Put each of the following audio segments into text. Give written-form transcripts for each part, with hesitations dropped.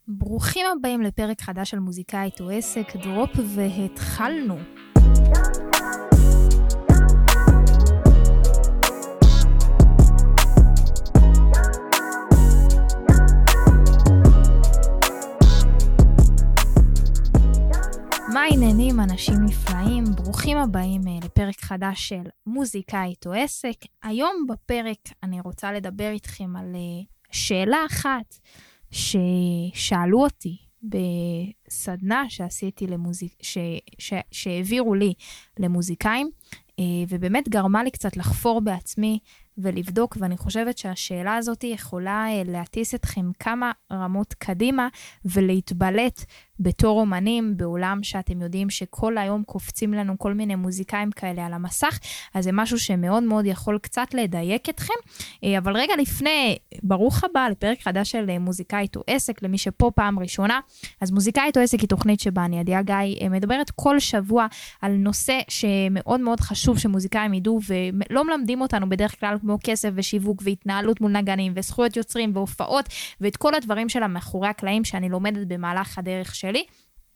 ברוכים הבאים לפרק חדש של מוזיקאית או עסק, דרופ והתחלנו. מה העניינים, אנשים נפלאים? ברוכים הבאים לפרק חדש של מוזיקאית או עסק. היום בפרק אני רוצה לדבר איתכם על שאלה אחת ששאלו אותי בסדנה שעשיתי שהעבירו לי למוזיקאים, ובאמת גרמה לי קצת לחפור בעצמי ולבדוק, ואני חושבת שהשאלה הזאת יכולה להטיס אתכם כמה רמות קדימה ולהתבלט בתור אומנים בעולם שאתם יודעים שכל היום קופצים לנו כל מיני מוזיקאים כאלה על המסך, אז זה משהו שמאוד מאוד יכול קצת לדייק אתכם. אבל רגע לפני, ברוך הבא לפרק חדש של מוזיקאית או עסק, למי שפה פעם ראשונה. אז מוזיקאית או עסק היא תוכנית שבה אני עדיה גיא מדברת כל שבוע על נושא שמאוד מאוד חשוב שמוזיקאים ידעו, ולא מלמדים אותנו בדרך כלל כמו כסף ושיווק והתנהלות מול נגנים וזכויות יוצרים והופעות ואת כל הדברים שלה מאחורי הקלעים שאני לומדת במהלך הדרך שלי.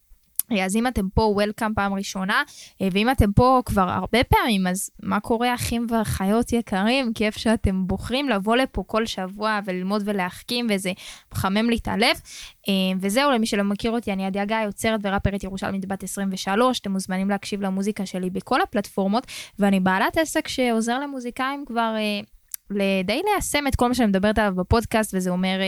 אז אם אתם פה וולקאם פעם ראשונה, ואם אתם פה כבר הרבה פעמים, אז מה קורה אחים ואחיות יקרים? כיף שאתם בוחרים לבוא לפה כל שבוע וללמוד ולהחכים, וזה מחמם לי את הלב. וזהו, למי שלא מכיר אותי, אני עדיה גיא, יוצרת וראפרית ירושלמית בת 23, אתם מוזמנים להקשיב למוזיקה שלי בכל הפלטפורמות, ואני בעלת עסק שעוזר למוזיקאים כבר די ליישם את כל מה שאני מדברת עליו בפודקאסט, וזה אומר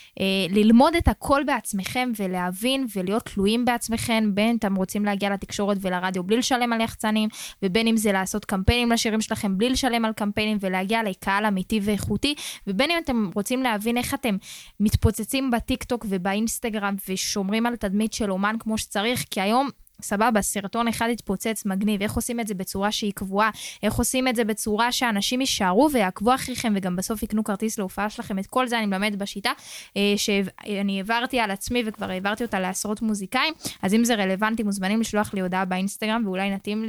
ללמוד את הכל בעצמכם ולהבין ולהיות תלויים בעצמכם, בין אתם רוצים להגיע לתקשורת ולרדיו בלי לשלם על יחצנים, ובין אם זה לעשות קמפיינים לשירים שלכם בלי לשלם על קמפיינים ולהגיע לקהל אמיתי ואיכותי, ובין אם אתם רוצים להבין איך אתם מתפוצצים בטיק-טוק ובאינסטגרם ושומרים על תדמית של אומן כמו שצריך, כי היום סבבה, סרטון אחד יתפוצץ מגניב, איך עושים את זה בצורה שהיא קבועה, איך עושים את זה בצורה שאנשים יישארו ויעקבו אחריכם וגם בסוף יקנו כרטיס להופעה שלכם. את כל זה אני מלמד בשיטה שאני העברתי על עצמי וכבר העברתי אותה לעשרות מוזיקאים, אז אם זה רלוונטי מוזמנים לשלוח לי הודעה באינסטגרם ואולי נתאים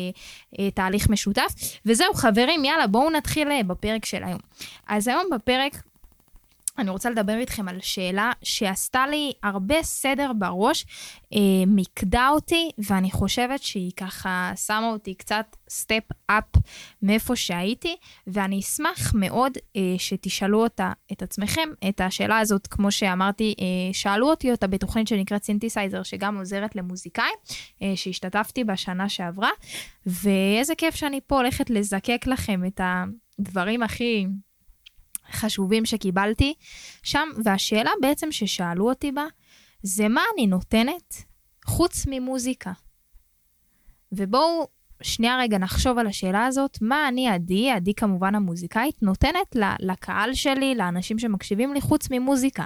לתהליך משותף. וזהו חברים, יאללה בואו נתחיל בפרק של היום. אז היום בפרק אני רוצה לדבר איתכם על שאלה שעשתה לי הרבה סדר בראש, מקדה אותי, ואני חושבת שהיא ככה שמה אותי קצת סטפ אפ מאיפה שהייתי, ואני אשמח מאוד שתשאלו אותה את עצמכם, את השאלה הזאת, כמו שאמרתי, שאלו אותי אותה בתוכנית שנקראת סינתסייזר, שגם עוזרת למוזיקאים, שהשתתפתי בשנה שעברה, ואיזה כיף שאני פה הולכת לזקק לכם את הדברים הכי חשובים שקיבלתי שם, והשאלה בעצם ששאלו אותי בה, זה מה אני נותנת חוץ ממוזיקה. ובואו שנייה רגע נחשוב על השאלה הזאת, מה אני עדי כמובן המוזיקאית, נותנת לקהל שלי, לאנשים שמקשיבים לי חוץ ממוזיקה.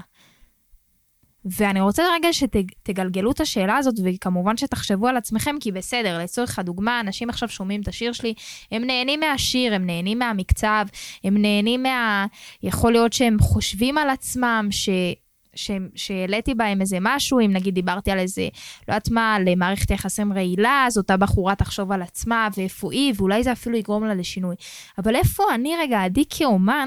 ואני רוצה רגע שתגלגלו את השאלה הזאת, וכמובן שתחשבו על עצמכם, כי בסדר, לצורך הדוגמה, אנשים עכשיו שומעים את השיר שלי, הם נהנים מהשיר, הם נהנים מהמקצב, הם נהנים יכול להיות שהם חושבים על עצמם, שהעליתי בהם איזה משהו, אם נגיד דיברתי על איזה, לא יודעת מה, למערכת יחסים רעילה, אז אותה בחורה תחשוב על עצמה, ואיפה היא, ואולי זה אפילו יגרום לה לשינוי. אבל איפה אני רגע, עדי כאומן,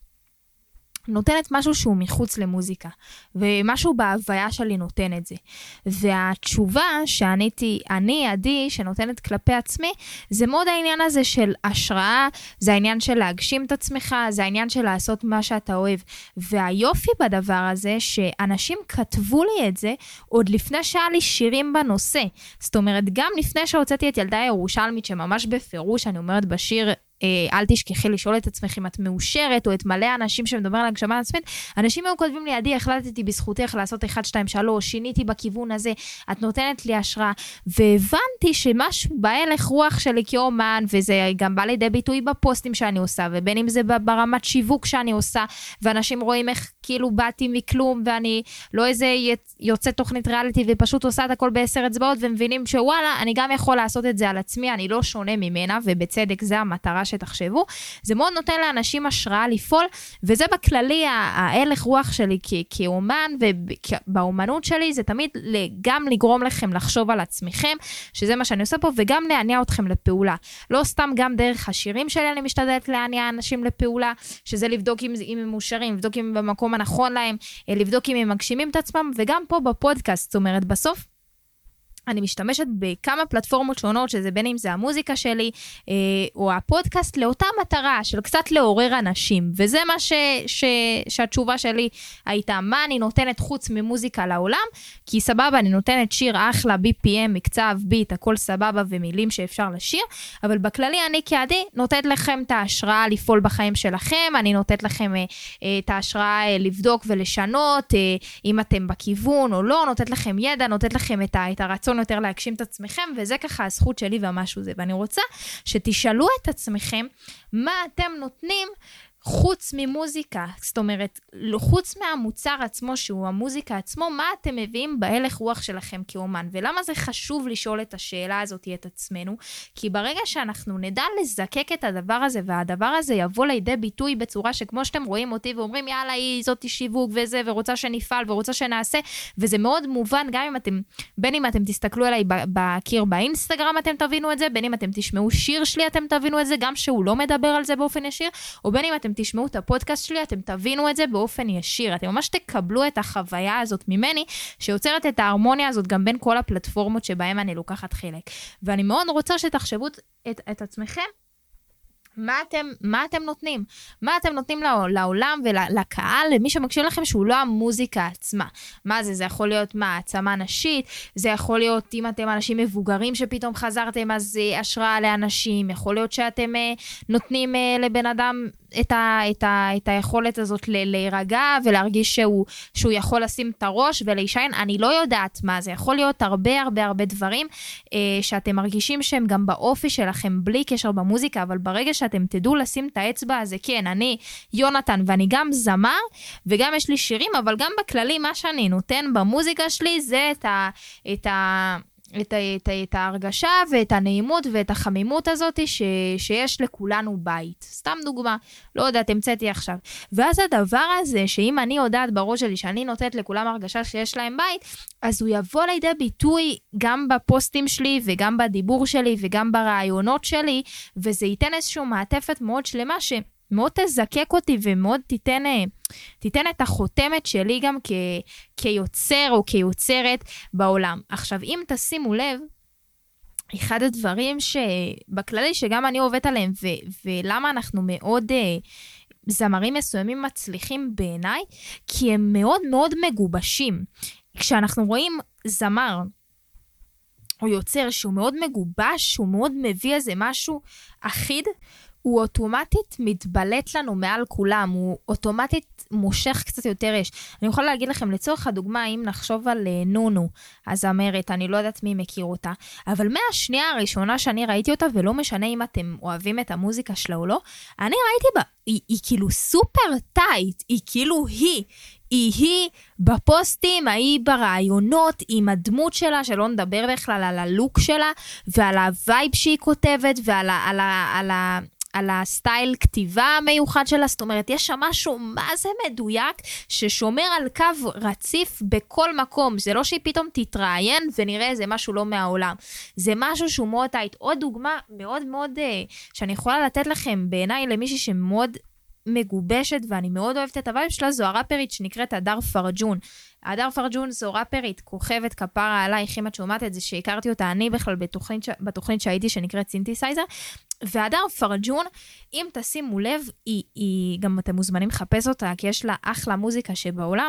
נותנת משהו שהוא מחוץ למוזיקה, ומשהו בהוויה שלי נותן את זה. והתשובה שעניתי, אני, עדי, שנותנת כלפי עצמי, זה מאוד העניין הזה של השראה, זה העניין של להגשים את עצמך, זה העניין של לעשות מה שאתה אוהב. והיופי בדבר הזה, שאנשים כתבו לי את זה, עוד לפני שהיה לי שירים בנושא. זאת אומרת, גם לפני שהוצאתי את ילדה ירושלמית, שממש בפירוש, אני אומרת בשיר, אל תשכחי לשאול את עצמך אם את מאושרת, או את מלא אנשים שמדבר על הגשמה עצמית, אנשים היו כותבים לי, עדי, החלטתי בזכותך לעשות 1, 2, 3, שיניתי בכיוון הזה, את נותנת לי השראה, והבנתי שמשהו בהלך רוח שלי כאומן, וזה גם בא לידי ביטוי בפוסטים שאני עושה, ובין אם זה ברמת שיווק שאני עושה, ואנשים רואים איך כאילו באתי מכלום, ואני לא איזה יוצא תוכנית ריאליטי, ופשוט עושה את הכל ב10 אצבעות, ומבינים שוואלה, אני גם יכול לעשות את זה על עצמי, אני לא שונה ממנה, ובצדק זה המטרה מקווה שתחשבו. זה מאוד נותן לאנשים השראה לפעול, וזה בכללי ההלך רוח שלי כאומן, ובאומנות שלי זה תמיד גם לגרום לכם לחשוב על עצמכם, שזה מה שאני עושה פה, וגם להניע אתכם לפעולה. לא סתם גם דרך השירים שלי אני משתדלת להניע אנשים לפעולה, שזה לבדוק אם הם מאושרים, לבדוק אם הם במקום הנכון להם, לבדוק אם הם מגשימים את עצמם, וגם פה בפודקאסט, זאת אומרת, בסוף, אני משתמשת בכמה פלטפורמות שונות, שזה בין אם זה המוזיקה שלי, או הפודקאסט, לאותה מטרה של קצת לעורר אנשים, וזה מה שהתשובה שלי הייתה, מה אני נותנת חוץ ממוזיקה לעולם, כי סבבה, אני נותנת שיר אחלה, BPM, מקצב, ביט, הכל סבבה ומילים שאפשר לשיר, אבל בכללי אני כעדי נותנת לכם את ההשראה לפעול בחיים שלכם, אני נותנת לכם את ההשראה לבדוק ולשנות, אם אתם בכיוון או לא, נותנת לכם ידע, נותנת לכם את הרצון יותר להגשים את עצמכם, וזה ככה הזכות שלי והמשהו זה. ואני רוצה שתשאלו את עצמכם מה אתם נותנים חוץ ממוזיקה, זאת אומרת, חוץ מהמוצר עצמו שהוא המוזיקה עצמו, מה אתם מביאים בהלך רוח שלכם כאומן, ולמה זה חשוב לשאול את השאלה הזאת את עצמנו, כי ברגע שאנחנו נדע לזקק את הדבר הזה, והדבר הזה יבוא לידי ביטוי בצורה שכמו שאתם רואים אותי ואומרים, יאללה, היא זאת שיווק וזה, ורוצה שנפעל ורוצה שנעשה, וזה מאוד מובן, גם אם אתם, בין אם אתם תסתכלו עליי בקיר באינסטגרם אתם תבינו את זה, בין אם אתם תשמעו שיר שלי אתם תבינו את זה, גם שהוא לא מדבר על זה באופן ישיר, או בין אם אתם תשמעו את הפודקאסט שלי, אתם תבינו את זה באופן ישיר, אתם ממש תקבלו את החוויה הזאת ממני, שיוצרת את ההרמוניה הזאת גם בין כל הפלטפורמות שבהם אני לוקחת חלק. ואני מאוד רוצה שתחשבו את עצמכם, מה אתם נותנים? מה אתם נותנים לעולם ולקהל, למי שמקשיב לכם שהוא לא המוזיקה עצמה? מה זה? זה יכול להיות העצמה נשית, זה יכול להיות אם אתם אנשים מבוגרים שפתאום חזרתם, אז השראה לאנשים, יכול להיות שאתם נותנים לבן אדם את היכולת הזאת להירגע ולהרגיש שהוא יכול לשים את הראש ולהישיין, אני לא יודעת מה, זה יכול להיות הרבה דברים שאתם מרגישים שהם גם באופי שלכם בלי קשר במוזיקה, אבל ברגע שאתם תדעו לשים את האצבע הזה, כן, אני יונתן ואני גם זמר וגם יש לי שירים, אבל גם בכללי מה שאני נותן במוזיקה שלי זה את ההרגשה ואת הנעימות ואת החמימות הזאת שיש לכולנו בית. סתם דוגמה, לא יודעת, המצאתי עכשיו. ואז הדבר הזה, שאם אני יודעת בראש שלי שאני נותנת לכולם הרגשה שיש להם בית, אז הוא יבוא לידי ביטוי גם בפוסטים שלי וגם בדיבור שלי וגם ברעיונות שלי, וזה ייתן איזשהו מעטפת מאוד שלמה מאוד תזקק אותי ומאוד תיתן את החותמת שלי גם כיוצר או כיוצרת בעולם. עכשיו, אם תשימו לב, אחד הדברים שבכללי שגם אני עובדת עליהם, ולמה אנחנו מאוד זמרים מסוימים מצליחים בעיניי, כי הם מאוד מאוד מגובשים. כשאנחנו רואים זמר, או יוצר שהוא מאוד מגובש, שהוא מאוד מביא איזה משהו אחיד, הוא אוטומטית מתבלט לנו מעל כולם, הוא אוטומטית מושך קצת יותר אש. אני יכולה להגיד לכם, לצורך הדוגמה, אם נחשוב על נונו, הזמרת, אני לא יודעת מי מכיר אותה, אבל מהשנייה הראשונה שאני ראיתי אותה, ולא משנה אם אתם אוהבים את המוזיקה שלה או לא, אני ראיתי בה, היא כאילו סופר טייט, היא כאילו היא בפוסטים, היא ברעיונות, עם הדמות שלה, שלא נדבר בכלל על הלוק שלה, ועל הווייב שהיא כותבת, על הסטייל כתיבה המיוחד שלה, זאת אומרת, יש שם משהו, מה זה מדויק, ששומר על קו רציף בכל מקום, זה לא שהיא פתאום תתראיין, ונראה איזה משהו לא מהעולם, זה משהו שהוא מאוד טייט. עוד דוגמה מאוד מאוד, שאני יכולה לתת לכם, בעיניי למישהי שמאוד מגובשת, ואני מאוד אוהבת את הווייב שלה, זו הראפרית שנקראת הדר פרג'ון. הדר פרג'ון זו ראפרית, כוכבת כפרה עלייך, אם את שומעת את זה, שהכרתי אותה אני בכלל בתוכנית שהייתי שנקראת סינתסייזר, והדר פרג'ון, אם תשימו לב, היא גם אתם מוזמנים לחפש אותה, כי יש לה אחלה מוזיקה שבעולם,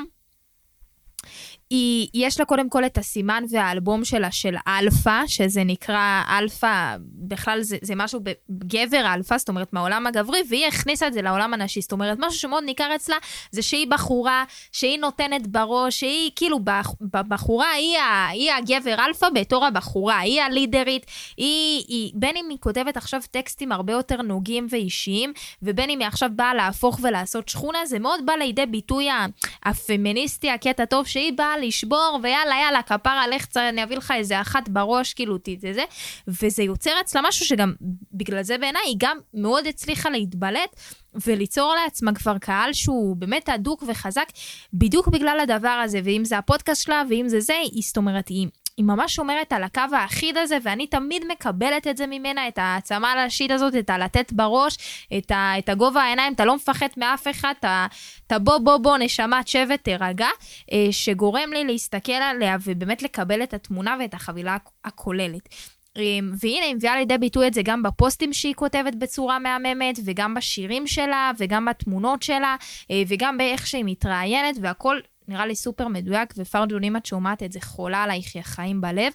יש לה קודם כל את הסימן והאלבום שלה של אלפא, שזה נקרא אלפא, בכלל זה משהו בגבר אלפא, זאת אומרת מהעולם הגברי, והיא הכניסה את זה לעולם הנשי, זאת אומרת משהו שמאוד ניכר אצלה, זה שהיא בחורה, שהיא נותנת בראש, שהיא כאילו בחורה, היא הגבר אלפא בתור הבחורה, היא הלידרית, בין אם היא כותבת עכשיו טקסטים הרבה יותר נוגעים ואישיים, ובין אם היא עכשיו באה להפוך ולעשות שכונה, זה מאוד בא לידי ביטוי הפמיניסטי, הקטע טוב, שהיא באה לשבור, ויאללה, כפר עליך, אני אביא לך איזה אחת בראש, כאילו, זה, וזה יוצר אצלה משהו שגם, בגלל זה בעיניי, היא גם מאוד הצליחה להתבלט, וליצור לעצמה כבר קהל שהוא באמת הדוק וחזק, בדיוק בגלל הדבר הזה, ואם זה הפודקאסט שלה, ואם זה, זאת אומרת, היא ממש שומרת על הקו האחיד הזה, ואני תמיד מקבלת את זה ממנה, את העצמה הראשית הזאת, את הלתת בראש, את הגובה העיניים, אתה לא מפחד מאף אחד, אתה בוא, נשמת שבט, תרגע, שגורם לי להסתכל עליה, ובאמת לקבל את התמונה ואת החבילה הכוללת. והנה, היא מביאה לידי ביטוי את זה גם בפוסטים שהיא כותבת בצורה מהממת, וגם בשירים שלה, וגם בתמונות שלה, וגם באיך שהיא מתראיינת, והכל נראה לי סופר מדויק, ופרג'ון, את שומעת את זה, חולה עלייך חיים בלב.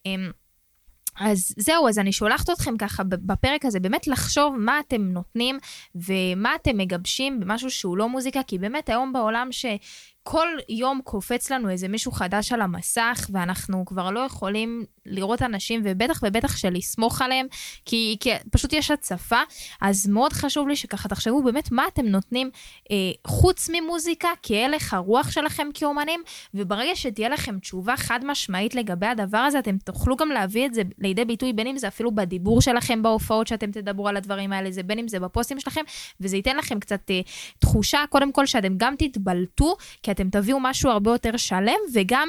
אז זהו, אז אני שולחת אתכם ככה בפרק הזה, באמת לחשוב מה אתם נותנים, ומה אתם מגבשים במשהו שהוא לא מוזיקה, כי באמת היום בעולם כל יום קופץ לנו איזה מישהו חדש על המסך, ואנחנו כבר לא יכולים לראות אנשים, ובטח שלסמוך עליהם, כי פשוט יש הצפה, אז מאוד חשוב לי שככה תחשבו באמת מה אתם נותנים חוץ ממוזיקה, כהלך הרוח שלכם כאומנים, וברגע שתהיה לכם תשובה חד משמעית לגבי הדבר הזה, אתם תוכלו גם להביא את זה לידי ביטוי, בין אם זה אפילו בדיבור שלכם בהופעות שאתם תדברו על הדברים האלה, זה בין אם זה בפוסטים שלכם, וזה ייתן לכם קצת תחושה, קודם כל שאתם גם תתבלטו, כי אתם תביאו משהו הרבה יותר שלם,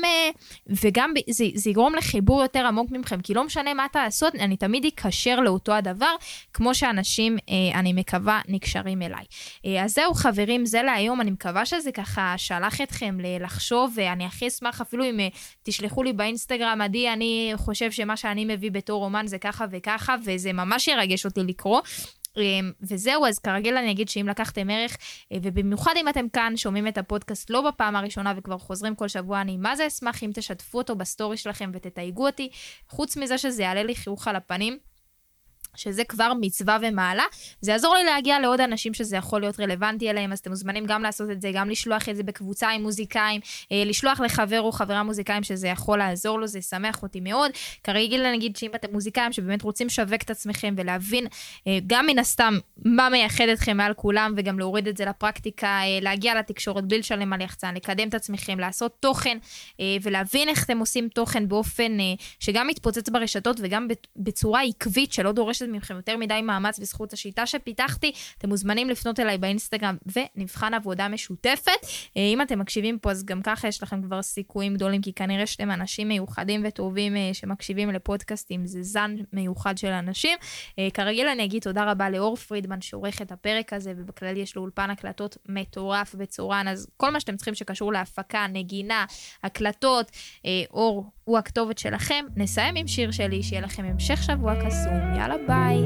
וגם זה יגרום לחיבור יותר עמוק ממכם, כי לא משנה מה תעשות, אני תמיד אקשר לאותו הדבר, כמו שאנשים, אני מקווה, נקשרים אליי. אז זהו חברים, זה להיום, אני מקווה שזה ככה שלח אתכם לחשוב, ואני הכי אשמח אפילו אם תשלחו לי באינסטגרם, עדי, אני חושב שמה שאני מביא בתור אומן זה ככה וככה, וזה ממש ירגש אותי לקרוא, וזהו, אז כרגיל אני אגיד שאם לקחתם ערך, ובמיוחד אם אתם כאן שומעים את הפודקאסט לא בפעם הראשונה וכבר חוזרים כל שבוע, אני מה זה אשמח אם תשתפו אותו בסטורי שלכם ותתייגו אותי, חוץ מזה שזה יעלה לי חיוך על הפנים, שזה כבר מצווה ומעלה, זה יעזור לי להגיע לעוד אנשים שזה יכול להיות רלוונטי אליהם, אז אתם מוזמנים גם לעשות את זה, גם לשלוח את זה בקבוצה עם מוזיקאים, לשלוח לחבר או חברה מוזיקאים שזה יכול לעזור לו, זה ישמח אותי מאוד. כרגיל אני אגיד שאם אתם מוזיקאים שבאמת רוצים שווק את עצמכם ולהבין גם מן הסתם מה מייחד אתכם מעל כולם, וגם להוריד את זה לפרקטיקה, להגיע לתקשורת בלי לשלם על יחצן, לקדם את עצמכם, לעשות תוכן, ולהבין איך אתם עושים תוכן באופן שגם מתפוצץ ברשתות וגם בצורה עקבית שלא דורשת מכם יותר מדי מאמץ בזכות השיטה שפיתחתי, אתם מוזמנים לפנות אליי באינסטגרם ונבחן עבודה משותפת. אם אתם מקשיבים פה אז גם ככה יש לכם כבר סיכויים גדולים, כי כנראה שאתם אנשים מיוחדים וטובים שמקשיבים לפודקאסטים, זה זן מיוחד של אנשים. כרגיל אני אגיד תודה רבה לאור פרידמן שעורך את הפרק הזה, ובכלל יש לו אולפן הקלטות מטורף בצורן, אז כל מה שאתם צריכים שקשור להפקה, נגינה, הקלטות, אור הוא הכתובת שלכם. נסיים עם שיר שלי, שיהיה לכם המשך שבוע קסום, יאללה ביי.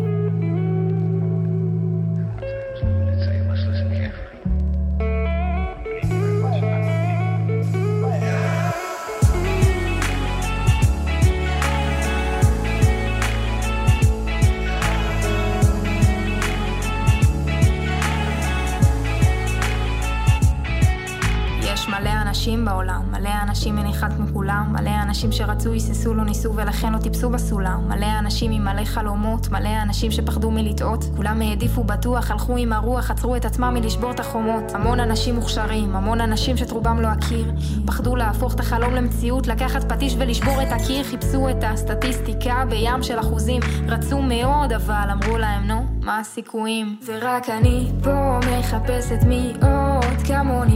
מלא אנשים בעולם, מלא אנשים אין אחד כמו כולם, מלא אנשים שרצו, יססו, לא ניסו ולכן לא טיפסו בסולם, מלא אנשים עם מלא חלומות, מלא אנשים שפחדו מלטעות, כולם העדיפו בטוח, הלכו עם הרוח, עצרו את עצמם מלשבור את החומות, המון אנשים מוכשרים, המון אנשים שתרובם לא הכיר, פחדו להפוך את החלום למציאות, לקחת פטיש ולשבור את הקיר, חיפשו את הסטטיסטיקה בים של אחוזים, רצו מאוד אבל אמרו להם נו, מה הסיכויים? ורק אני פה מחפשת מי עוד כמוני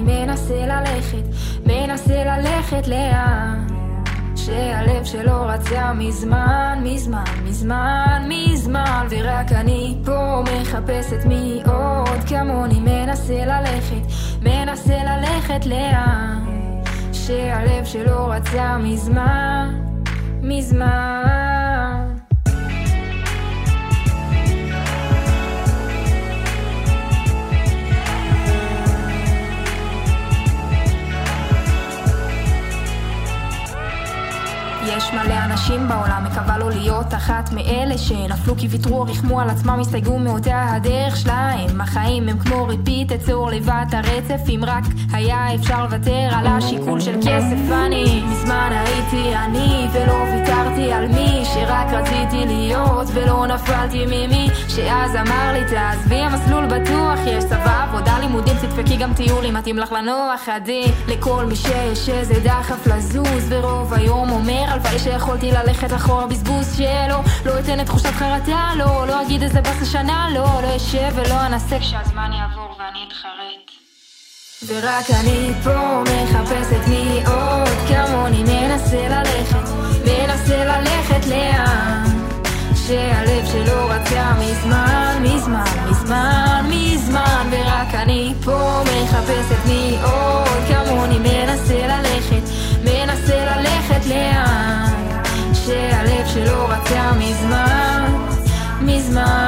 מנסה ללכת לאן שהלב שלו רצה מזמן ורק אני פה מחפשת מי עוד כמוני מנסה ללכת לאן שהלב שלו רצה מזמן יש מלא אנשים בעולם, מקווה לא להיות אחת מאלה שנפלו כי ויתרו או רחמו על עצמם, הסתייגו מאותה הדרך שלהם. החיים הם כמו ריפיט, תצור לבד הרצף, אם רק היה אפשר לוותר על השיקול של כסף. אני מזמן הייתי אני ולא ויתרתי על מי שרק רציתי להיות, ולא נפלתי ממי שאז אמר לי תעזבי, המסלול בטוח, יש צבא, עבודה, לימודים, תדפקי גם טיולים, מתאים לך לנוח עדי. לכל מי שיש איזה דחף לזוז, ורוב היום אומר הלוואי שיכולתי ללכת אחורה, בזבוז שלו לא אתן את תחושת חרטה, לא אגיד איזה בס השנה, לא אשב ולא אנסה כשהזמן יעבור ואני אתחרט. ורק אני פה מחפשת מי עוד כמוני מנסה ללכת לאן שהלב שלו רצה מזמן, ורק אני פה מחפשת מי עוד כמוני מנסה ללכת לאן שהלב שלו רצה מזמן.